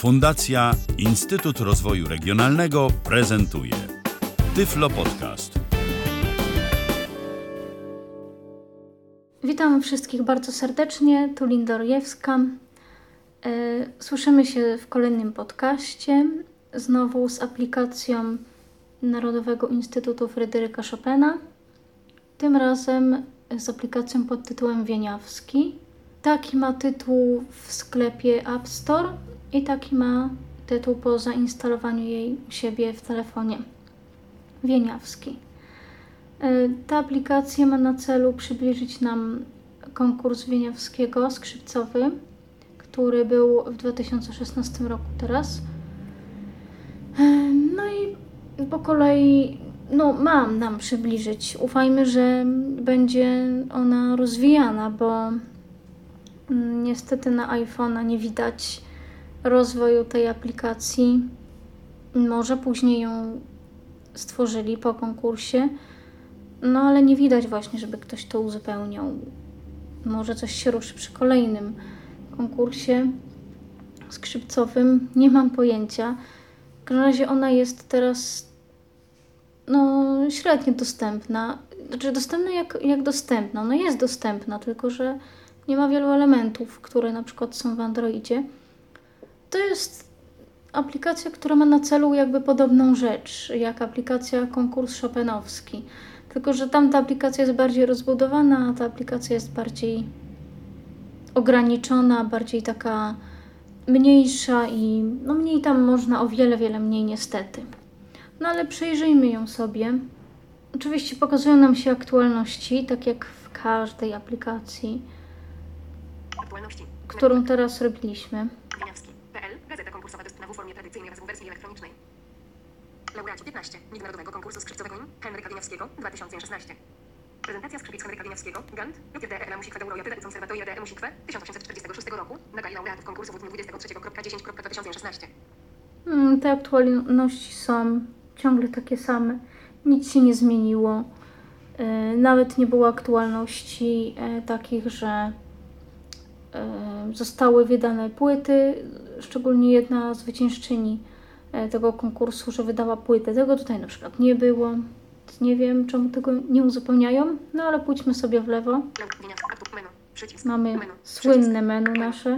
Fundacja Instytut Rozwoju Regionalnego prezentuje Tyflo Podcast. Witam wszystkich bardzo serdecznie, tu Linda Rojewska. Słyszymy się w kolejnym podcaście, znowu z aplikacją Narodowego Instytutu Fryderyka Chopina. Tym razem z aplikacją pod tytułem Wieniawski. Taki ma tytuł w sklepie App Store i taki ma tytuł po zainstalowaniu jej u siebie w telefonie. Wieniawski. Ta aplikacja ma na celu przybliżyć nam konkurs Wieniawskiego skrzypcowy, który był w 2016 roku teraz. No i po kolei ma nam przybliżyć. Ufajmy, że będzie ona rozwijana, bo niestety na iPhone'a nie widać rozwoju tej aplikacji. Może później ją stworzyli po konkursie, ale nie widać właśnie, żeby ktoś to uzupełniał. Może coś się ruszy przy kolejnym konkursie skrzypcowym, nie mam pojęcia. W każdym razie ona jest teraz średnio dostępna. Znaczy dostępna jak dostępna. Ona jest dostępna, tylko że nie ma wielu elementów, które na przykład są w Androidzie. To jest aplikacja, która ma na celu jakby podobną rzecz, jak aplikacja konkurs chopinowski. Tylko że tamta aplikacja jest bardziej rozbudowana, a ta aplikacja jest bardziej ograniczona, bardziej taka mniejsza i mniej tam można, o wiele, wiele mniej niestety. Ale przejrzyjmy ją sobie. Oczywiście pokazują nam się aktualności, tak jak w każdej aplikacji, którą teraz robiliśmy. Wieniawski.pl, gazeta konkursowa dostępna w formie tradycyjnej oraz w wersji elektronicznej. Laureaci 15. Międzynarodowego konkursu skrzypcowego im. Henryka Wieniawskiego, 2016. Prezentacja skrzypic Henryka Wieniawskiego, Gant, JDR La Musique d'Euro Jody Conservatorio de Musique 1846 roku, na gali laureatów konkursu w dniu 23.10.2016. Te aktualności są ciągle takie same. Nic się nie zmieniło. Nawet nie było aktualności takich, że zostały wydane płyty, szczególnie jedna zwyciężczyni tego konkursu, że wydała płytę. Tego tutaj na przykład nie było. Nie wiem, czemu tego nie uzupełniają, ale pójdźmy sobie w lewo. Mamy słynne menu nasze.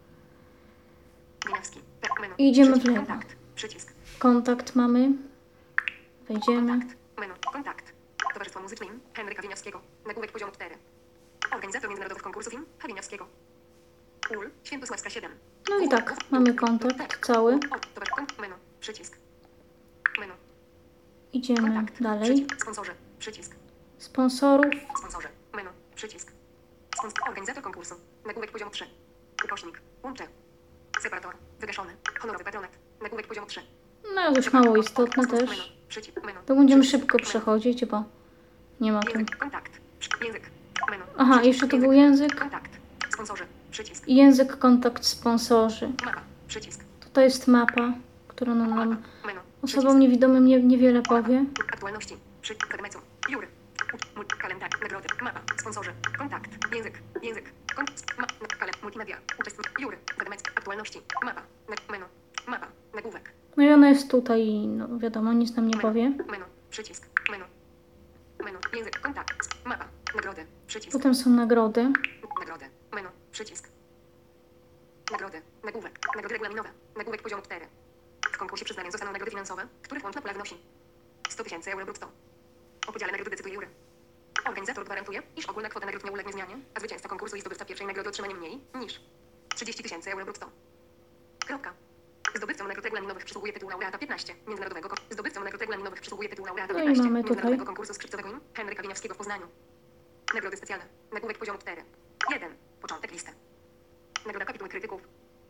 I idziemy w lewo. Kontakt mamy. Wejdziemy. Kontakt. Towarzystwo Muzyczne im. Henryka Wieniawskiego. Nagłówek poziomu 4. Organizator międzynarodowych konkursów im. Wieniawskiego. UL. Świętosławska 7. I tak, mamy kontakt cały. Menu. Przycisk. Menu. Idziemy dalej. Sponsorzy. Przycisk. Sponsorów. Sponsorzy. Menu. Przycisk. Organizator konkursu. Nagłówek poziomu 3. Ukośnik. Łącze. Separator. Wygaszony. Honorowy patronet. Nagłówek poziomu 3. Już mało istotne też. To będziemy szybko przechodzić, bo nie ma tu. Kontakt. Język. Menu. Aha, jeszcze tu był język. Kontakt. Sponsorzy. Przycisk. I język, kontakt, sponsorzy. Mapa. Przycisk. Tutaj jest mapa, która nam osobom niewidomym niewiele powie. Aktualności. Fragmentu. Jury. Kalendarz. Nagrody. Mapa. Sponsorzy. Kontakt. Język. Multimedia. Uczestnik. Jury. Fragment. Aktualności. Mapa. Menu. Mapa. Nagłówek. I ona jest tutaj, wiadomo, nic nam nie powie. Menu. Przycisk. Menu. Język. Kontakt. Mapa. Nagrody. Przycisk. Potem są nagrody. Nagrody. Menu. Przycisk. Nagrody. Nagłówek. Nagrody regulaminowe. Nagłówek poziomu 4. W konkursie przyznane zostaną nagrody finansowe, których łączna pula wynosi 100 000 euro brutto. O podziale nagrody decyduje jury. Organizator gwarantuje, iż ogólna kwota nagród nie ulegnie zmianie, a zwycięzca konkursu i zdobywca pierwszej nagrody otrzyma nie mniej niż 30 000 euro brutto. Kropka. Zdobywcom nagród regulaminowych przysługuje tytuł laureata 15. Zdobywcom nagród regulaminowych przysługuje tytuł laureata 15. Mamy tutaj Międzynarodowego konkursu skrzypcowego im. Henryka Wieniawskiego w Poznaniu. Nagrody specjalne. Nagłówek poziomu 4. 1. Początek listy. Nagroda kapituły krytyków.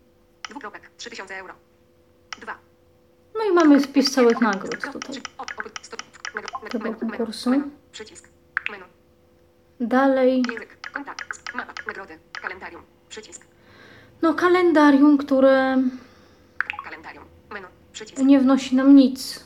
3000 euro. 2. I mamy spis całych nagród tutaj tego konkursu. Przycisk. Menu. Dalej. Język. Kontakt. Mapa. Nagrody. Kalendarium. Przycisk. Kalendarium, które Kalendarium. Menu. Przycisk. nie wnosi nam nic.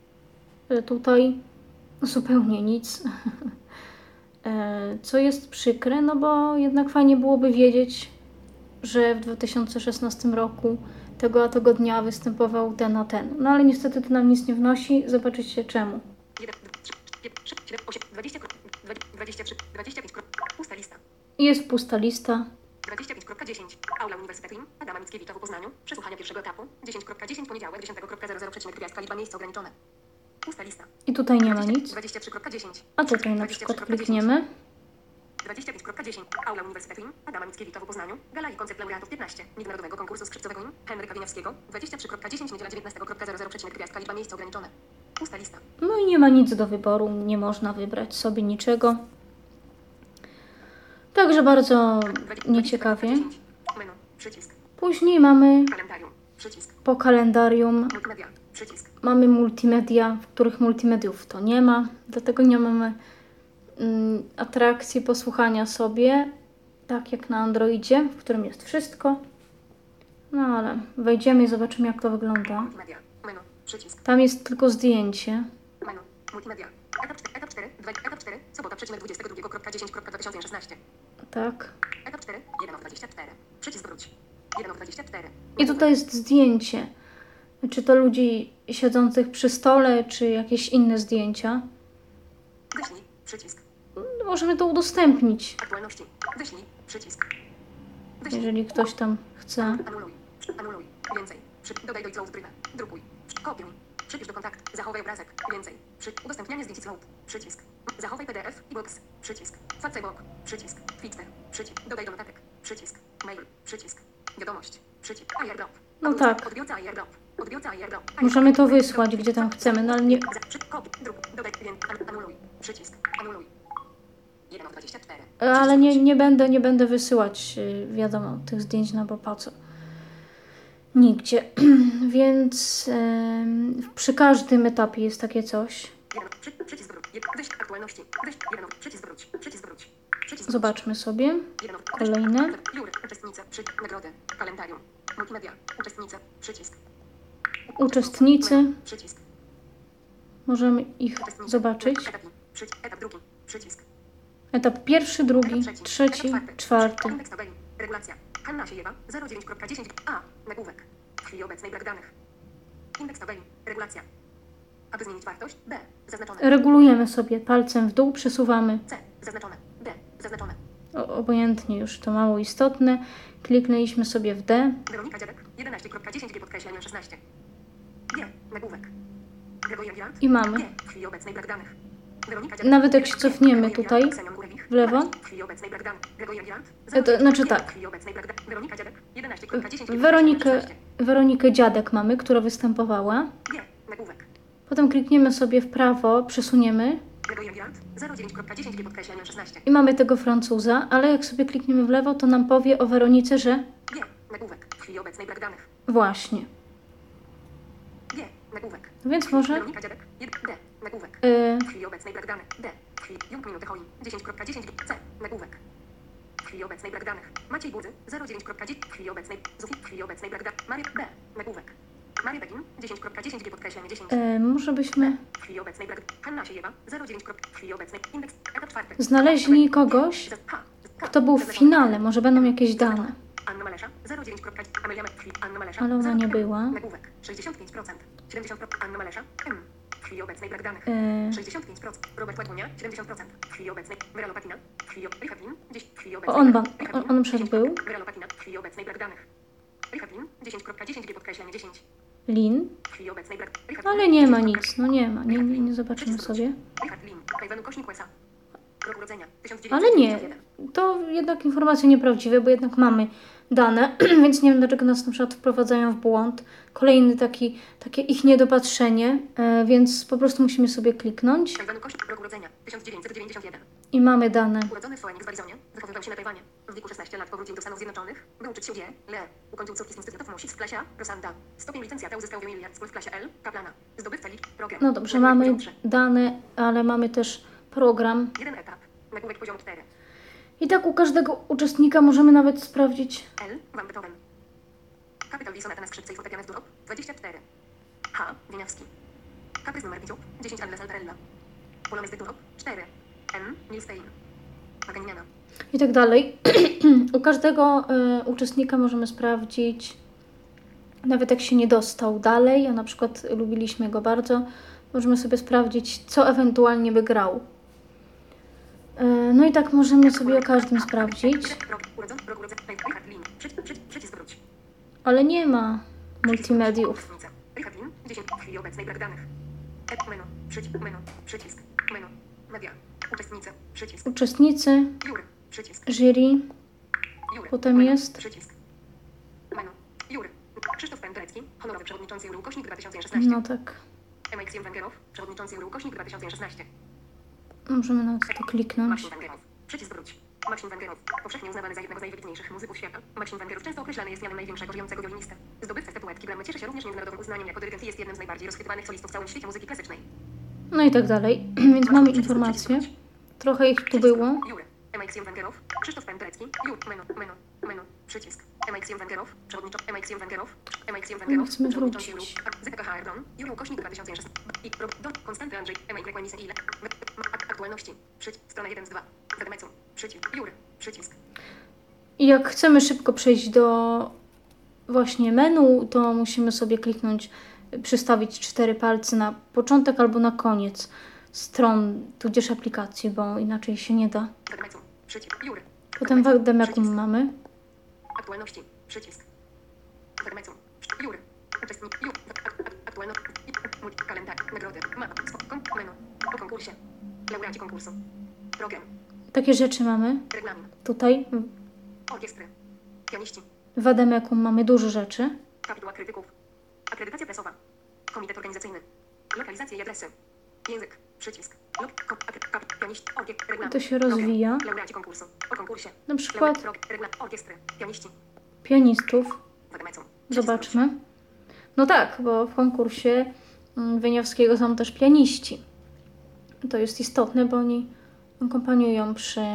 Tutaj zupełnie nic. Co jest przykre, bo jednak fajnie byłoby wiedzieć, że w 2016 roku tego a tego dnia występował ten a ten. No ale niestety to nam nic nie wnosi. Zobaczycie czemu. 1, 3, 7, 8, 20, 23, 25, pusta lista. Jest pusta lista. 25.10. Aula Uniwersytetu im. Adama Mickiewicza w Poznaniu. Przesłuchania pierwszego etapu. 10.10. Poniedziałek 10.00 gwiazdka liczba miejsc ograniczone. Pusta lista. I tutaj nie ma nic. 23.10. A tutaj na przykład klikniemy. 25.10. Aula Uniwersytetu im. Adama Mickiewicza w Poznaniu. Gala i koncert laureatów 15. Międzynarodowego konkursu skrzypcowego im. Henryka Wieniawskiego. 23.10. Niedziela 19.00 gwiazdka liczba miejsc ograniczone. Pusta lista. No i nie ma nic do wyboru. Nie można wybrać sobie niczego. Także bardzo nieciekawie. Menu. Przycisk. Później mamy Kalendarium. Przycisk. po kalendarium. Multimedia. Przycisk. Mamy multimedia, w których multimediów to nie ma. Dlatego nie mamy atrakcji posłuchania sobie, tak jak na Androidzie, w którym jest wszystko. No ale wejdziemy i zobaczymy, jak to wygląda. Multimedia. Menu. Przycisk. Tam jest tylko zdjęcie. Menu. Multimedia. Etap 4. Etap 4. Sobota. 22.10.2016. Tak. Etap 4. 1.24. Przycisk wróć. 1.24. I tutaj jest zdjęcie. Czy to ludzi siedzących przy stole, czy jakieś inne zdjęcia. Wyślij. Przycisk. Możemy to udostępnić, Aktualności. Wyślij. Przycisk. Wyślij. jeżeli ktoś tam chce. Anuluj. Anuluj. Więcej. Dodaj do iCloud private. Drukuj. Kopiuj. Przypisz do kontaktu. Zachowaj obrazek. Więcej. Udostępnianie zdjęć cloud. Przycisk. Zachowaj PDF i box. Przycisk. Facebook. Przycisk. Twitter. Przycisk. Dodaj do notatek. Przycisk. Mail. Przycisk. Wiadomość. Przycisk. AirDrop. No tak. Odbiorca AirDrop. Odbiorca AirDrop. Możemy to wysłać, gdzie tam chcemy, no ale nie... Kopiuj. Drukuj. Dodaj. Anuluj. Przycisk. Anuluj. 1.24. Ale nie będę wysyłać, wiadomo, tych zdjęć, no bo po co? Nigdzie. Więc przy każdym etapie jest takie coś. Przycisk wróć. Wyślij aktualności. Przycisk wróć. Przycisk wróć. Zobaczmy sobie. Kolejne. Jur. Uczestnicy. Nagrody. Kalendarium. Multimedia. Uczestnicy. Przycisk. Uczestnicy. Przycisk. Możemy ich zobaczyć. Etap drugi. Przycisk. Etap pierwszy, drugi, trzeci, czwarty. Indeks tabeli. Regulacja. Hanna Siejewa. 09.10. A. Nagłówek. W chwili obecnej brak danych. Indeks tabeli. Regulacja. Aby zmienić wartość. B. Zaznaczone. Regulujemy sobie palcem w dół, przesuwamy. C. Zaznaczone. D. Zaznaczone. Obojętnie już to mało istotne. Kliknęliśmy sobie w D. Weronika Dziadek. 11.10. G podkreślenie 16. G. Nagłówek. Gregorian Gilant. I mamy. G. W chwili obecnej brak danych. Weronika Dziadek. Nawet jak się cofniemy tutaj, w lewo. W chwili obecnej brak danych. Gregorian Gilant. To znaczy tak. W chwili obecnej brak danych. Weronika Dziadek. 11.10. Weronikę Dziadek mamy, która występowała. G. Nagłówek. Potem klikniemy sobie w prawo, przesuniemy Gregorian Gilant. 09.10. G podkreślenie 16. i mamy tego Francuza, ale jak sobie klikniemy w lewo, to nam powie o Weronice, że G. Nagłówek. W chwili obecnej brak danych. właśnie. G. Nagłówek. Więc może Weronika Dziadek. D. Nagłówek. W chwili obecnej brak danych. D. W chwili. Jung minuty Hoin. 10.10. C. Nagłówek. W chwili obecnej brak danych. Maciej Budzy. 09.10. W chwili obecnej. Zofii. W chwili obecnej brak danych. Marię B. Nagłówek. Maria Begin. 10.10. G podkreślenie 10. może byśmy W chwili obecnej brak. Hanna Siejewa. 09. W chwili obecnej. Indeks. Etap 4. znaleźli kogoś, kto był w finale. Może będą jakieś dane. Anna Malesza. 09. Amelia Anna Malesza. Ale ona nie była. Nagłówek. 65%. 70%. Anna Malesza. M. W chwili obecnej brak danych. 65%. Robert Łagunia. 70%. W chwili obecnej. Vera Lopatina. W chwili Richard Lin. 10. W chwili obecnej. On przed był. Vera Lopatina. W chwili obecnej brak danych. Richard Lin. 10.10. G podkreślenie 10. Lin. W chwili obecnej brak. Ale nie ma nic, no nie ma. Nie zobaczymy sobie. Richard Lin. Tajwanu Kośnik USA. Rok urodzenia. Ale nie. To jednak informacje nieprawdziwe, bo jednak mamy dane, więc nie wiem, dlaczego nas na przykład wprowadzają w błąd. Kolejny takie ich niedopatrzenie, więc po prostu musimy sobie kliknąć Tajwanu Kośnik. Rok urodzenia. 1991. i mamy dane. Urodzony w Phoenix w Arizonie, wychowywał się na Tajwanie. W wieku 16 lat powrócił do Stanów Zjednoczonych, by uczyć się w Le. Ukończył córki z Instytutów Music w klasie A, Rosanda. Stopień licencjata uzyskał w Emilia School w klasie L, Kaplana. Zdobywca program. No dobrze, mamy dane, ale mamy też program. Jeden etap. Nagłówek poziomu 4. I tak u każdego uczestnika możemy nawet sprawdzić. L. Van Beethoven. Kapital D. Sonata na skrzypce i fortepianie w dur. 24. H. Wieniawski. Kaprys numer 10. 10 Anna Saltarella. Polones de Durop. 4. N. Milstein. Paganiniana. I tak dalej. U każdego uczestnika możemy sprawdzić, nawet jak się nie dostał dalej, a na przykład lubiliśmy go bardzo, możemy sobie sprawdzić, co ewentualnie by grał. No i tak możemy sobie o każdym sprawdzić, Przycisk wróć. ale nie ma multimediów. Richard Lin, 10 w chwili obecnej brak danych. Menu, przycisk, menu, media, uczestnicy, przycisk, Uczestnicy, jury, przycisk, jury, jury, potem menu, jest przycisk, menu, jury, Krzysztof Penderecki, honorowy przewodniczący Jury Ukośnik 2016. no tak, Maksym Węgerow, przewodniczący Jury Ukośnik 2016. możemy na to kliknąć. Maksim Węgerow, przycisk wróć. Maksim Węgerow, powszechnie uznawany za jednego z najwybitniejszych muzyków świata. Maksim Węgerow często określany jest mianem największego żyjącego wiolinistę. Zdobywca statuetki Grammy cieszy się również międzynarodowym uznaniem jako dyrygent i jest jednym z najbardziej rozchwytywanych solistów w całym świecie muzyki klasycznej. No i tak dalej, więc mamy informacje. Trochę ich tu było. Jury, Maksym Węgerow, Krzysztof Penderecki, menu, przycisk. Maksym Węgerow, przewodniczący Maksym Węgerow, Chcemy przewodniczący wrócić. ZKH Ardon, Jury Ukośnik 2016. I Konstanty Andrzej, aktualności, strona 1 z 2. Zademecum, przycisk, Jury, przycisk. I jak chcemy szybko przejść do właśnie menu, to musimy sobie kliknąć, przystawić 4 palce na początek albo na koniec stron, tudzież aplikacji, bo inaczej się nie da. Zademecum, przycisk, Jury. Potem w Demekum mamy. Aktualności, przycisk. Zademecum, Jury. Uczestnik, Jury. Aktualności, kalendarz, nagrody, mapa, menu, o konkursie. Laureaci konkursu. Program, Takie rzeczy mamy. regulamin, Tutaj orkiestry, pianiści, w Ademekum mamy dużo rzeczy. kapituła krytyków, akredytacja prasowa, komitet organizacyjny, lokalizacje i adresy, język, przycisk, pianiści, regulamin, To się rozwija. program, laureaci konkursu, o konkursie, Na przykład orkiestry, pianiści, pianistów. Zademecum, Zobaczmy. No tak, bo w konkursie Wieniawskiego są też pianiści. To jest istotne, bo oni akompaniują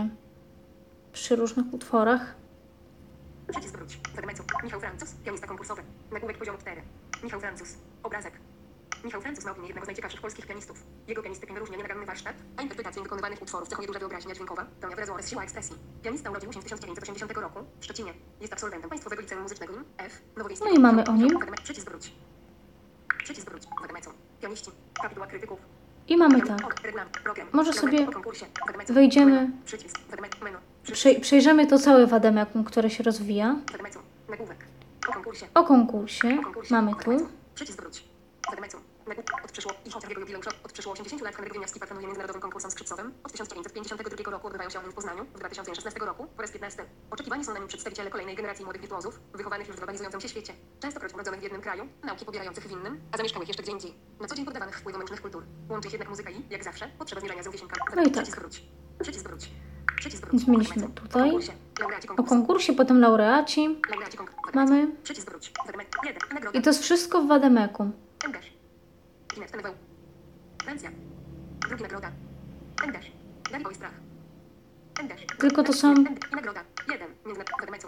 przy różnych utworach. przycisk wróć, Zademecum, Michał Francuz, pianista konkursowy, nagłówek poziomu 4, Michał Francuz, obrazek. Michał Francuz ma opinię jednego z najciekawszych polskich pianistów. Jego pianistykę wyróżnia nienaganny warsztat, a interpretację wykonywanych utworów cechuje duża wyobraźnia dźwiękowa, pełnia wyrazu oraz siła ekspresji. Pianista urodził się w 1980 roku w Szczecinie. Jest absolwentem Państwowego Liceum Muzycznego im. F. Nowowiejskiego. No i mamy o nim. Przycisk wróć. Przycisk wróć, Zademecum, pianiści, kapituła krytyków. I mamy tak. Program, Może sobie o konkursie, Zademecum, wejdziemy, menu, przycisk, menu, przycisk, przejrzymy to całe w Ademekum, które się rozwija. Zademecum, nagłówek, o konkursie. O konkursie mamy tu. Przycisk wróć. Zademecum. Od przeszło 80 lat Henryk Wieniawski patronuje międzynarodowym konkursom skrzypcowym. Od 1952 roku odbywają się one w Poznaniu. W 2016 roku po raz 15. Oczekiwani są na nim przedstawiciele kolejnej generacji młodych wirtuozów, wychowanych już w globalizującym się świecie. Częstokroć urodzonych w jednym kraju, nauki pobierających w innym, a zamieszkałych jeszcze gdzie indziej. Na co dzień poddawanych wpływom różnych kultur. Łączy ich jednak muzyka i, jak zawsze, potrzeba zmierzania z rówieśnikami. No i tak. Przycisk wróć. Przycisk wróć. Przycisk wróć. Więc mieliśmy Zademecum. tutaj Laureaci o konkursu. konkursie, potem laureaci. Laureaci konkursu. Mamy. Przycisk wróć. Zademecum. 1. Nagroda. I to jest wszystko w Ademekum. Enderz. Kinet TNW. Francja. Drugi nagroda. Enderz. Daribo i strach. Enderz. Tylko to są... I nagroda. 1. Międzynarodowym.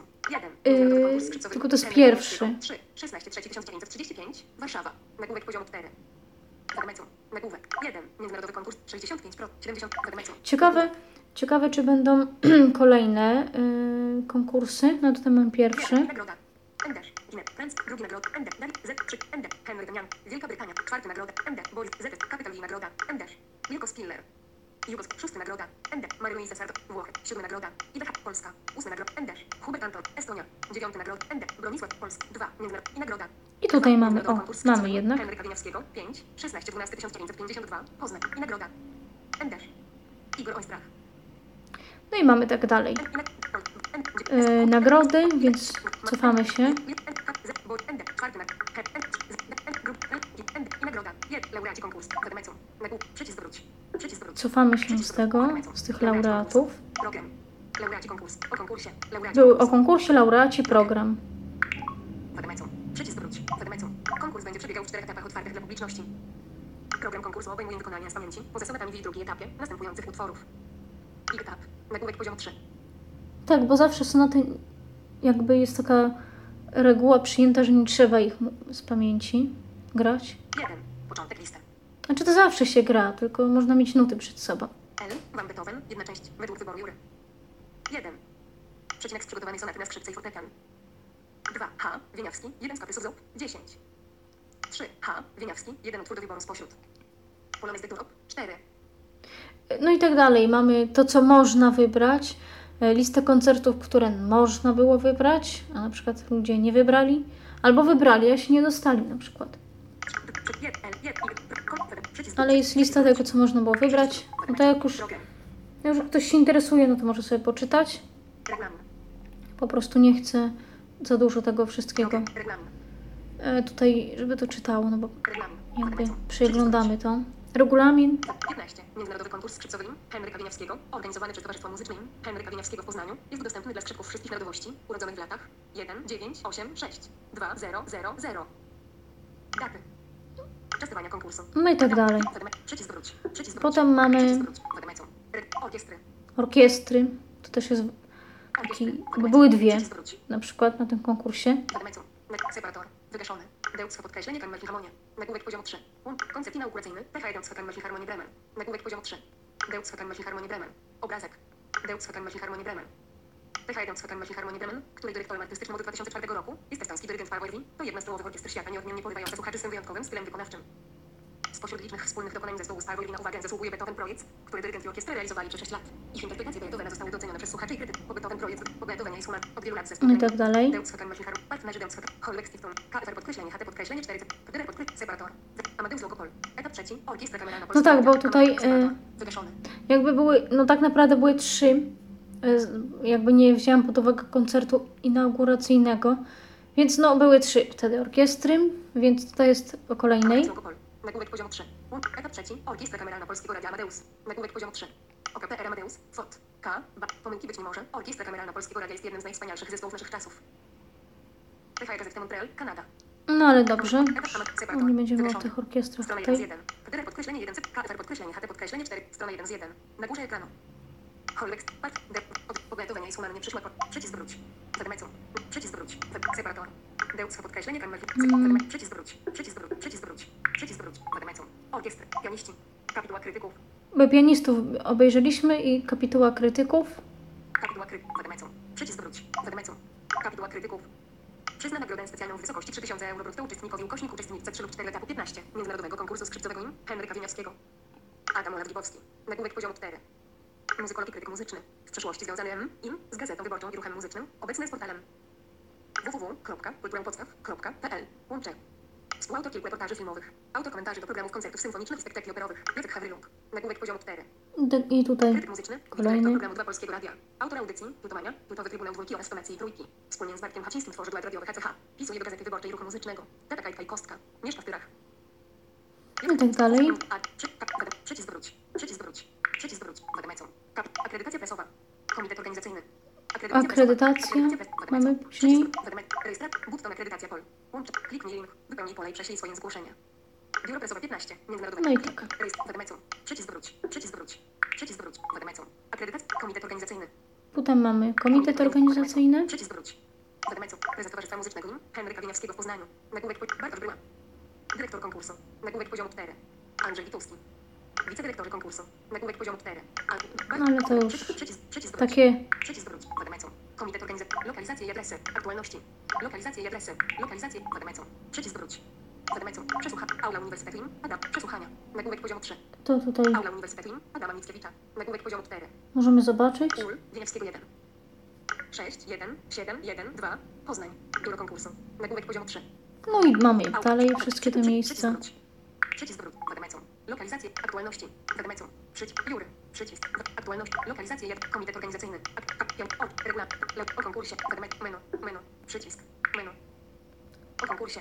1. Tylko to jest pierwszy. 3. 16. 1935. Warszawa. Nagłówek poziomu 4. Zademecum. Nagłówek. 1. Międzynarodowy konkurs. 65 Pro. 70. Zademecum. Ciekawe, czy będą kolejne konkursy. No tutaj mam pierwszy. Nagroda. Enderz. Kinet. Francja. Drugi nagroda. Ender. Z3. Ender. Henry Damian. Wielka Brytania. 4. nagroda. Ender. Boris. Z. Capital I. nagroda. Enderz. Wilko Spiller. Jugos. 6. nagroda. Ender. Marie-Louise Sardo. Włochy. 7. nagroda. Ibeha. Polska. 8. nagroda. Enderz. Hubert Anton. Estonia. 9. nagroda. Ender. Bronisław. Polska. 2. Międzynarodowy. I nagroda. I tutaj mamy, Międzynarodowy o, konkurs mamy skrzypcowy jednak. Henryka Wieniawskiego. 5. 16. 12. 1952. Poznań. I nagroda. Enderz. Igor Ostrach. No i mamy tak dalej. Nagrody, więc cofamy się. Cofamy się z tego, z tych laureatów. Był o konkursie laureaci program. Konkurs będzie przebiegał w 4 etapach otwartych dla publiczności. Program konkursu obejmuje wykonanie z pamięci poza sonatami w drugiej etapie następujących utworów. I etap. Nagłówek poziomu 3. Tak, bo zawsze sonaty jakby jest taka reguła przyjęta, że nie trzeba ich z pamięci grać. 1. Początek listy. Znaczy to zawsze się gra, tylko można mieć nuty przed sobą. L. Van Beethoven. Jedna część według wyboru Jury. 1. Przecinek z przygotowanej sonaty na skrzypce i fortepian. 2. H. Wieniawski, jeden z kaprysów z op. 10. 3. H. Wieniawski, jeden utwór do wyboru spośród. Polonez de Turop. 4. No i tak dalej. Mamy to, co można wybrać. Listę koncertów, które można było wybrać, a na przykład ludzie nie wybrali. Albo wybrali, a się nie dostali na przykład. Ale jest lista tego, co można było wybrać. No to jak już ktoś się interesuje, no to może sobie poczytać. Po prostu nie chcę za dużo tego wszystkiego tutaj, żeby to czytało, no bo jakby przeglądamy to. Regulamin. 15. Międzynarodowy konkurs skrzypcowy Henryka Wieniawskiego, organizowany przez Towarzystwo Muzyczne Henryka Wieniawskiego w Poznaniu, jest dostępny dla skrzypków wszystkich narodowości, urodzonych w latach 1, 9, 8, 6, 2, 0, 0, 0. Daty. Czas trwania konkursu. No i tak dalej. Przycisk wróć. Przycisk wróć. Potem mamy Przycisk wróć. Orkiestry. orkiestry. To też jest bo były dwie Przycisk wróć. na przykład na tym konkursie. Separator. Wygaszony. Deutsche podkreślenie Kammerfilharmonie Harmonie. Nagłówek poziomu 3. Koncert inauguracyjny. Deutsche Kammerfilharmonie Bremen. Nagłówek poziomu 3. Deutsche Kammerfilharmonie Bremen. Obrazek. Deutsche Kammerfilharmonie Bremen. Deutsche Kammerfilharmonie Bremen, której dyrektorem artystycznym od 2004 roku jest estoński dyrygent Paweł Elwi, to jedna z czołowych orkiestr świata nieodmiennie porywająca słuchaczy swym wyjątkowym stylem wykonawczym. Spośród licznych wspólnych dokonań zespołu z Paweł Elwi na uwagę zasługuje Beethoven Projekt, który dyrygent i orkiestra realizowali przez 6 lat. Ich interpretacje Beethovena zostały docenione przez słuchaczy i krytyków. Po Beethoven Projekt, po Beethovenie jest od wielu lat zespół. No i tak dalej. Deutsche Kammerfilharmonie, partnerzy Deutsche Holweg Stiftung, KFR podkreślenie, HT podkreślenie 4, Dyre podkreślenie, Separator, Amadeus Logopol, etap trzeci, orkiestra kameralna No tak, bo tutaj wygaszony. jakby były, no tak naprawdę były 3. Jakby nie wzięłam pod uwagę koncertu inauguracyjnego, więc no były 3 wtedy orkiestry, więc tutaj jest o kolejnej. Nagłówek poziomu 3. Etap trzeci. Orkiestra Kameralna Polskiego Radia Amadeus. Nagłówek poziomu 3. OKPR Amadeus. FOT. K. Pomyłki być nie może. Orkiestra Kameralna Polskiego Radia jest jednym z najwspanialszych zespołów naszych czasów. THR z Montreal, Kanada. No ale dobrze. Nie będziemy o tych orkiestrach Strona tutaj. 1 z 1. Dyre podkreślenie 1. KFR podkreślenie HT podkreślenie 4. Strona 1 z 1. Na górze ekranu. Holweg. Poglądowania jest humannie przyszła. Przycisk wróć. Zademecą. Przycisk wróć. Separator. Deutsche podkreślenie Kammerfilharmonie. Przycisk wróć. Przycisk wróć. Przycisk wróć. Przycisk wróć. Zademecą. Orkiestry. Pianiści. Kapituła krytyków. Bo pianistów obejrzeliśmy i kapituła krytyków. Kapituła krytyków. Zademecą. Przycisk wróć. Zademecą. Kapituła krytyków. Przyzna nagrodę specjalną w wysokości 3000 euro brutto uczestnikowi ukośnik uczestnicy 3 lub 4 etapu 15 Międzynarodowego Konkursu Skrzypcowego im Henryka Wieniawskiego. Adam Olaw-Gibowski. Nagłówek poziomu 4. Muzykolog i krytyk muzyczny. W przeszłości związany im z Gazetą Wyborczą i Ruchem Muzycznym. Obecny z portalem www.kulturałpodstaw.pl. Łącze. Współautor kilku reportaży filmowych. Autor komentarzy do programów koncertów symfonicznych i spektakli operowych. Jacek Hawryluk. Nagłówek poziomu 4. I tutaj Krytyk muzyczny. kolejny. Programu 2 Polskiego Radia. Autor audycji. Plutomania. Plutowy Trybunał Dwójki oraz Fonacji i Trójki. Wspólnie z Bartkiem Hacińskim tworzy duet radiowy HCH. Pisuje do Gazety Wyborczej Ruchu Muzycznego. Tata Kajtka i Kostka. Mieszka w Tyrach. I tak dalej. Przycisk wróć. Przycisk wróć. Przycisk wróć. Zademecą. Akredytacja prasowa. Komitet organizacyjny. Akredytacja mamy później. Rejestracja. Button akredytacja pol. Łącz. Kliknij link. Wypełnij pole i prześlij swoje zgłoszenie. Biuro prasowe 15. Międzynarodowe. No i tak. Zademecą. Przycisk wróć. Przycisk wróć. Przycisk wróć. Zademecą. Akredytacja. Komitet organizacyjny. Potem mamy komitet organizacyjny. Przycisk wróć. Zademecą. Prezes Towarzystwa Muzycznego im Henryka Wieniawskiego w Poznaniu. Nagłówek Bartosz Bryła. Dyrektor konkursu. Nagłówek poziomu 4. Andrzej Wituski. Wicedyrektorzy konkursu. Nagłówek poziomu 4. No ale to już Przycisk takie Przycisk wróć. Zademecą. Komitet organizacyjny. Lokalizacje i adresy. Aktualności. Lokalizacje i adresy. Lokalizacje. Zademecą. Przycisk wróć. Zademecą. Aula Uniwersytetu im. Adam. Przesłuchania. Nagłówek poziomu 3. to tutaj Aula Uniwersytetu im. Adama Mickiewicza. Nagłówek poziomu 4. możemy zobaczyć. Ul. Wieniawskiego 1. 6, 1, 7, 1, 2. Poznań. Biuro konkursu. Nagłówek poziomu 3. No i mamy dalej wszystkie te miejsca. Przycisk wróć. Zademecą. Lokalizacje. Aktualności. Zademecą. Jury. Przycisk. Aktualności. Lokalizacje. Komitet organizacyjny. O konkursie. Menu. Menu. Przycisk. Menu. O konkursie.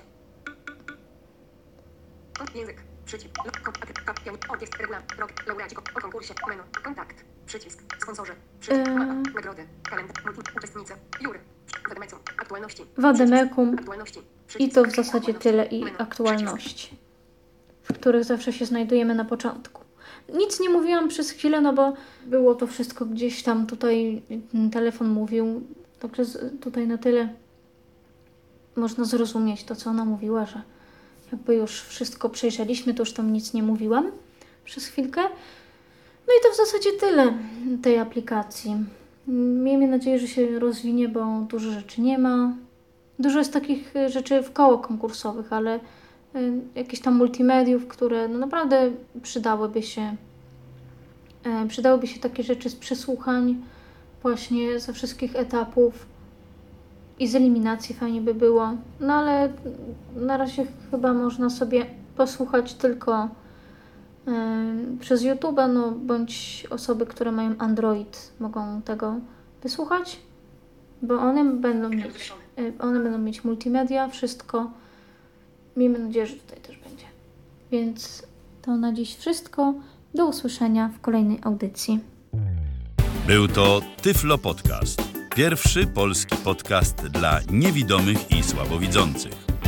Język. Przycisk. Orkiestr. Laureaci. O konkursie. Menu. Kontakt. Przycisk. Sponsorzy. Przycisk. Nagrody. Kalendarz. Uczestnicy. Jury. Zademecą. Aktualności. Wademekum. Aktualności. I to w zasadzie tyle i aktualności, w których zawsze się znajdujemy na początku. Nic nie mówiłam przez chwilę, no bo było to wszystko gdzieś tam, tutaj telefon mówił, także tutaj na tyle można zrozumieć to, co ona mówiła, że jakby już wszystko przejrzeliśmy, to już tam nic nie mówiłam. przez chwilkę. No i to w zasadzie tyle tej aplikacji. Miejmy nadzieję, że się rozwinie, bo dużo rzeczy nie ma. Dużo jest takich rzeczy w koło konkursowych, ale jakieś tam multimediów, które no naprawdę przydałyby się. Przydałyby się takie rzeczy z przesłuchań właśnie ze wszystkich etapów i z eliminacji fajnie by było. No ale na razie chyba można sobie posłuchać tylko przez YouTube, no bądź osoby, które mają Android mogą tego wysłuchać, bo one będą mieć multimedia, wszystko. Miejmy nadzieję, że tutaj też będzie. Więc to na dziś wszystko. Do usłyszenia w kolejnej audycji. Był to Tyflo Podcast. Pierwszy polski podcast dla niewidomych i słabowidzących.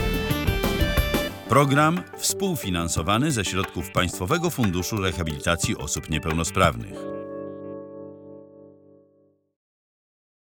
Program współfinansowany ze środków Państwowego Funduszu Rehabilitacji Osób Niepełnosprawnych.